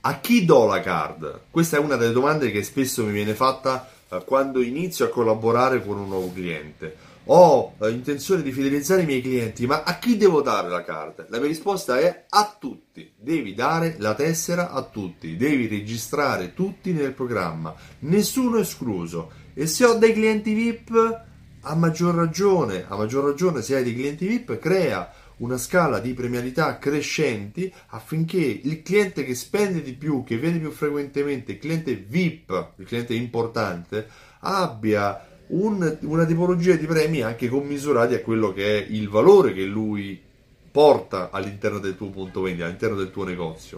A chi do la card? Questa è una delle domande che spesso mi viene fatta quando inizio a collaborare con un nuovo cliente. Ho intenzione di fidelizzare i miei clienti, ma a chi devo dare la card? La mia risposta è a tutti. Devi dare la tessera a tutti, devi registrare tutti nel programma, nessuno escluso. E se ho dei clienti VIP, a maggior ragione se hai dei clienti VIP, crea una scala di premialità crescenti affinché il cliente che spende di più, che viene più frequentemente, il cliente VIP, il cliente importante, abbia una tipologia di premi anche commisurati a quello che è il valore che lui porta all'interno del tuo punto vendita, all'interno del tuo negozio.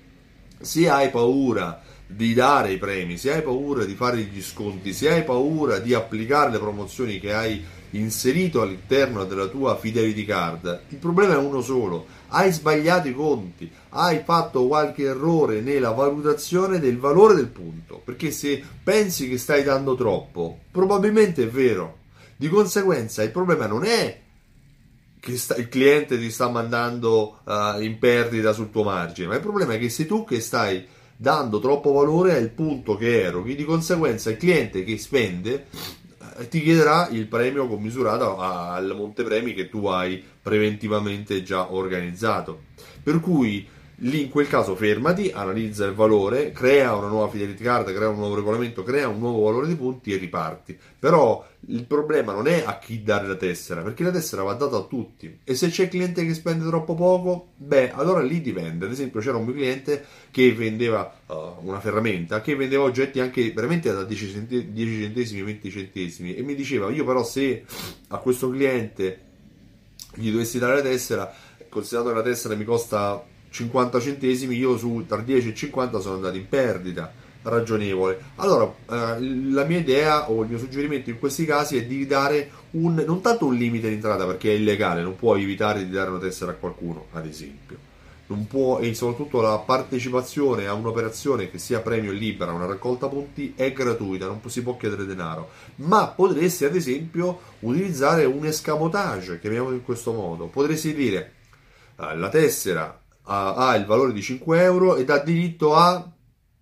Se hai paura di dare i premi, se hai paura di fare gli sconti, se hai paura di applicare le promozioni che hai inserito all'interno della tua Fidelity Card, il problema è uno solo: hai sbagliato i conti, hai fatto qualche errore nella valutazione del valore del punto, perché se pensi che stai dando troppo, probabilmente è vero. Di conseguenza il problema non è che il cliente ti sta mandando in perdita sul tuo margine, ma il problema è che sei tu che stai dando troppo valore al punto che eroghi. Di conseguenza il cliente che spende ti chiederà il premio commisurato al montepremi che tu hai preventivamente già organizzato. Per cui lì in quel caso fermati, analizza il valore, crea una nuova Fidelity Card, crea un nuovo regolamento, crea un nuovo valore di punti e riparti. Però il problema non è a chi dare la tessera, perché la tessera va data a tutti. E se c'è cliente che spende troppo poco, allora lì dipende. Ad esempio c'era un mio cliente che vendeva una ferramenta, che vendeva oggetti anche veramente da 10 centesimi, 20 centesimi, e mi diceva: io però se a questo cliente gli dovessi dare la tessera, considerando che la tessera mi costa 50 centesimi, io tra 10 e 50 sono andato in perdita ragionevole. Allora la mia idea o il mio suggerimento in questi casi è di dare non tanto un limite di entrata, perché è illegale, non puoi evitare di dare una tessera a qualcuno, ad esempio, non può, e soprattutto la partecipazione a un'operazione che sia premio libera, una raccolta punti, è gratuita, non si può chiedere denaro, ma potresti ad esempio utilizzare un escamotage, chiamiamolo in questo modo. Potresti dire la tessera ha il valore di 5 euro e dà diritto a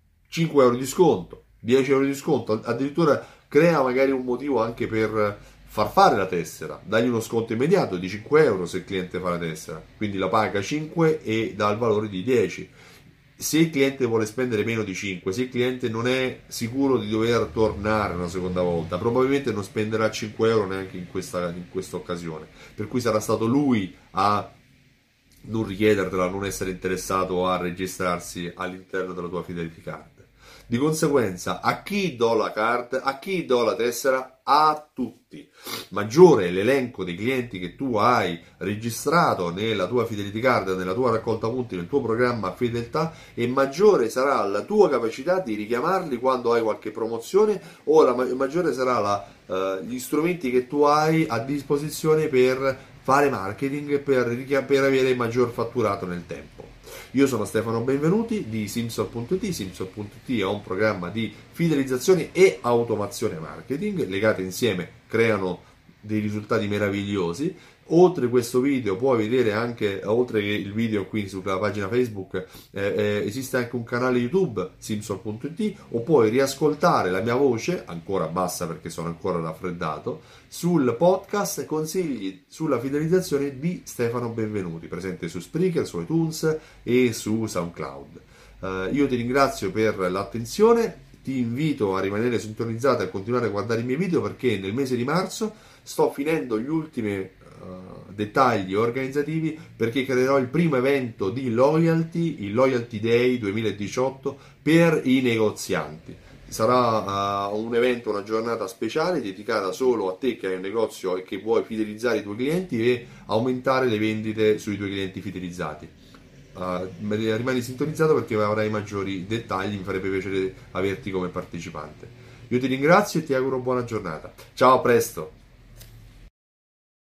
5 euro di sconto, 10 euro di sconto, addirittura crea magari un motivo anche per far fare la tessera, dagli uno sconto immediato di 5 euro se il cliente fa la tessera, quindi la paga 5 e dà il valore di 10. Se il cliente vuole spendere meno di 5, se il cliente non è sicuro di dover tornare una seconda volta, probabilmente non spenderà 5 euro neanche in questa occasione, per cui sarà stato lui a non richiedertela, a non essere interessato a registrarsi all'interno della tua Fidelity Card. Di conseguenza, a chi do la card, a chi do la tessera? A tutti. Maggiore è l'elenco dei clienti che tu hai registrato nella tua Fidelity Card, nella tua raccolta punti, nel tuo programma fedeltà, e maggiore sarà la tua capacità di richiamarli quando hai qualche promozione, o maggiore sarà gli strumenti che tu hai a disposizione per fare marketing, per avere maggior fatturato nel tempo. Io sono Stefano Benvenuti di Simsol.it. Simsol.it è un programma di fidelizzazione e automazione marketing, legate insieme creano dei risultati meravigliosi. Oltre questo video puoi vedere anche, oltre che il video qui sulla pagina Facebook, esiste anche un canale YouTube, Simsol.it, o puoi riascoltare la mia voce, ancora bassa perché sono ancora raffreddato, sul podcast Consigli sulla fidelizzazione di Stefano Benvenuti, presente su Spreaker, su iTunes e su SoundCloud. Io ti ringrazio per l'attenzione, ti invito a rimanere sintonizzato e a continuare a guardare i miei video, perché nel mese di marzo sto finendo gli ultimi dettagli organizzativi, perché creerò il primo evento di loyalty, il Loyalty Day 2018 per i negozianti. Sarà un evento, una giornata speciale dedicata solo a te che hai un negozio e che vuoi fidelizzare i tuoi clienti e aumentare le vendite sui tuoi clienti fidelizzati. Rimani sintonizzato perché avrai maggiori dettagli, mi farebbe piacere averti come partecipante. Io ti ringrazio e ti auguro buona giornata. Ciao, a presto!